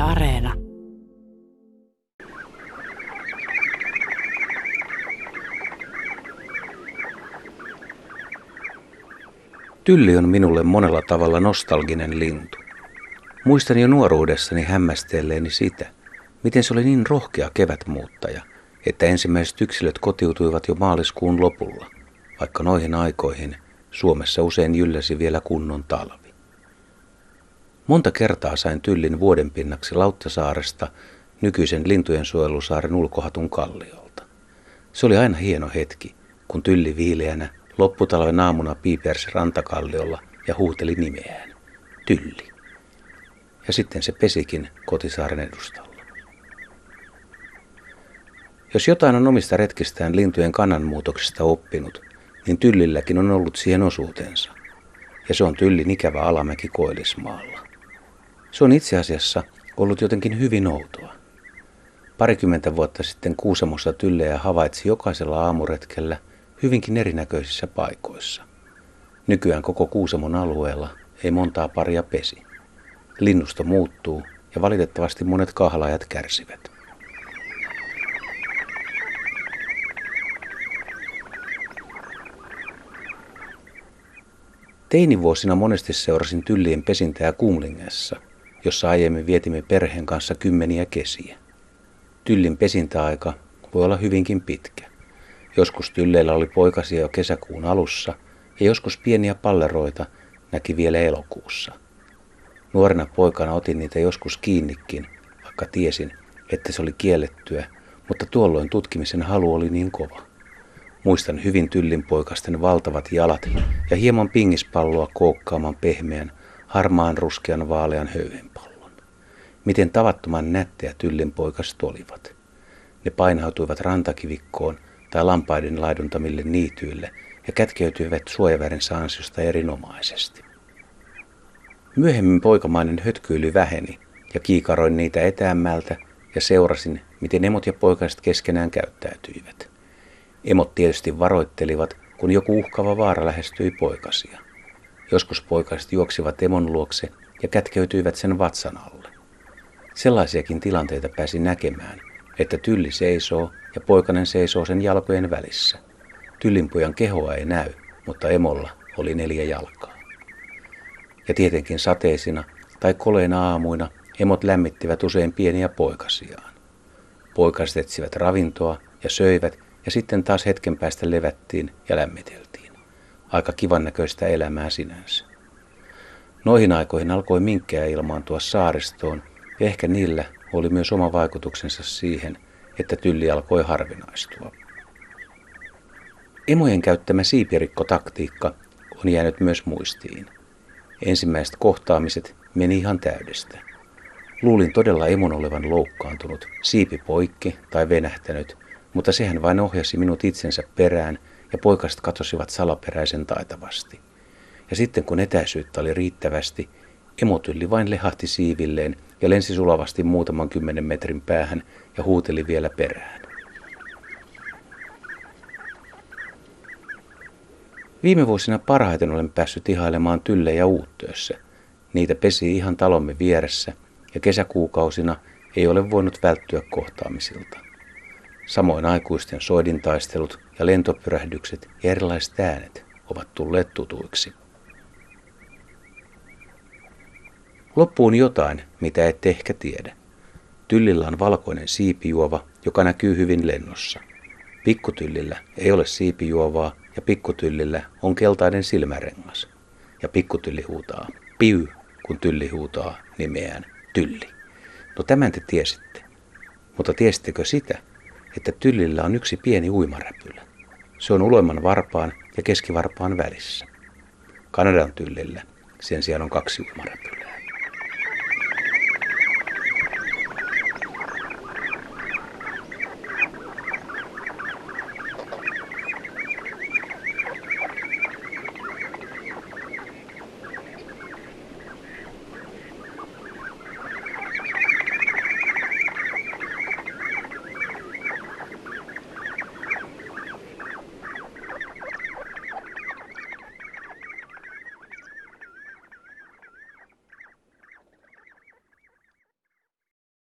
Areena. Tylli on minulle monella tavalla nostalginen lintu. Muistan jo nuoruudessani hämmästelleeni sitä, miten se oli niin rohkea kevätmuuttaja, että ensimmäiset yksilöt kotiutuivat jo maaliskuun lopulla, vaikka noihin aikoihin Suomessa usein jylläsi vielä kunnon talvi. Monta kertaa sain tyllin vuodenpinnaksi Lauttasaaresta, nykyisen lintujen suojelusaaren Ulkohatun kalliolta. Se oli aina hieno hetki, kun tylli viileänä lopputalven aamuna piipersi rantakalliolla ja huuteli nimeään. Tylli. Ja sitten se pesikin kotisaaren edustalla. Jos jotain on omista retkistään lintujen kannanmuutoksesta oppinut, niin tyllilläkin on ollut siihen osuutensa. Ja se on tyllin ikävä alamäki Koillismaalla. Se on itse asiassa ollut jotenkin hyvin outoa. Parikymmentä vuotta sitten Kuusamossa tyllejä havaitsi jokaisella aamuretkellä hyvinkin erinäköisissä paikoissa. Nykyään koko Kuusamon alueella ei montaa paria pesi. Linnusto muuttuu ja valitettavasti monet kahlaajat kärsivät. Teinivuosina monesti seurasin tyllien pesintää Kumlingessa, jossa aiemmin vietimme perheen kanssa kymmeniä kesiä. Tyllin pesintäaika voi olla hyvinkin pitkä. Joskus tylleillä oli poikasia jo kesäkuun alussa ja joskus pieniä palleroita näki vielä elokuussa. Nuorena poikana otin niitä joskus kiinnikin, vaikka tiesin, että se oli kiellettyä, mutta tuolloin tutkimisen halu oli niin kova. Muistan hyvin tyllinpoikasten valtavat jalat ja hieman pingispalloa kookkaaman pehmeän, harmaan ruskean vaalean höyhenpallon. Miten tavattoman nättejä tyllinpoikaset olivat. Ne painautuivat rantakivikkoon tai lampaiden laiduntamille niityille ja kätkeytyivät suojavärinsä ansiosta erinomaisesti. Myöhemmin poikamainen hötkyily väheni ja kiikaroin niitä etäämmältä ja seurasin, miten emot ja poikaset keskenään käyttäytyivät. Emot tietysti varoittelivat, kun joku uhkaava vaara lähestyi poikasia. Joskus poikaset juoksivat emon luokse ja kätkeytyivät sen vatsan alle. Sellaisiakin tilanteita pääsi näkemään, että tylli seisoo ja poikanen seisoo sen jalkojen välissä. Tyllinpojan kehoa ei näy, mutta emolla oli 4 jalkaa. Ja tietenkin sateisina tai koleina aamuina emot lämmittivät usein pieniä poikasiaan. Poikaset etsivät ravintoa ja söivät ja sitten taas hetken päästä levättiin ja lämmiteltiin. Aika kivan näköistä elämää sinänsä. Noihin aikoihin alkoi minkkejä ilmaantua saaristoon ja ehkä niillä oli myös oma vaikutuksensa siihen, että tylli alkoi harvinaistua. Emojen käyttämä siipirikkotaktiikka on jäänyt myös muistiin. Ensimmäiset kohtaamiset meni ihan täydestä. Luulin todella emon olevan loukkaantunut, siipi poikki tai venähtänyt, mutta sehän vain ohjasi minut itsensä perään ja poikaset katosivat salaperäisen taitavasti. Ja sitten kun etäisyyttä oli riittävästi, emotylli vain lehahti siivilleen ja lensi sulavasti muutaman 10 metrin päähän ja huuteli vielä perään. Viime vuosina parhaiten olen päässyt ihailemaan tyllejä Uuttöössä. Niitä pesi ihan talomme vieressä ja kesäkuukausina ei ole voinut välttyä kohtaamisilta. Samoin aikuisten soidintaistelut ja lentopyrähdykset ja erilaiset äänet ovat tulleet tutuiksi. Loppuun jotain, mitä ette ehkä tiedä. Tyllillä on valkoinen siipijuova, joka näkyy hyvin lennossa. Pikkutyllillä ei ole siipijuovaa ja pikkutyllillä on keltainen silmärengas. Ja pikkutylli huutaa piu, kun tylli huutaa nimeään Tylli. No tämän te tiesitte. Mutta tiesittekö sitä, että tyllillä on yksi pieni uimaräpylä? Se on uloimman varpaan ja keskivarpaan välissä. Kanadan tyllillä sen sijaan on 2 uimaräpylää.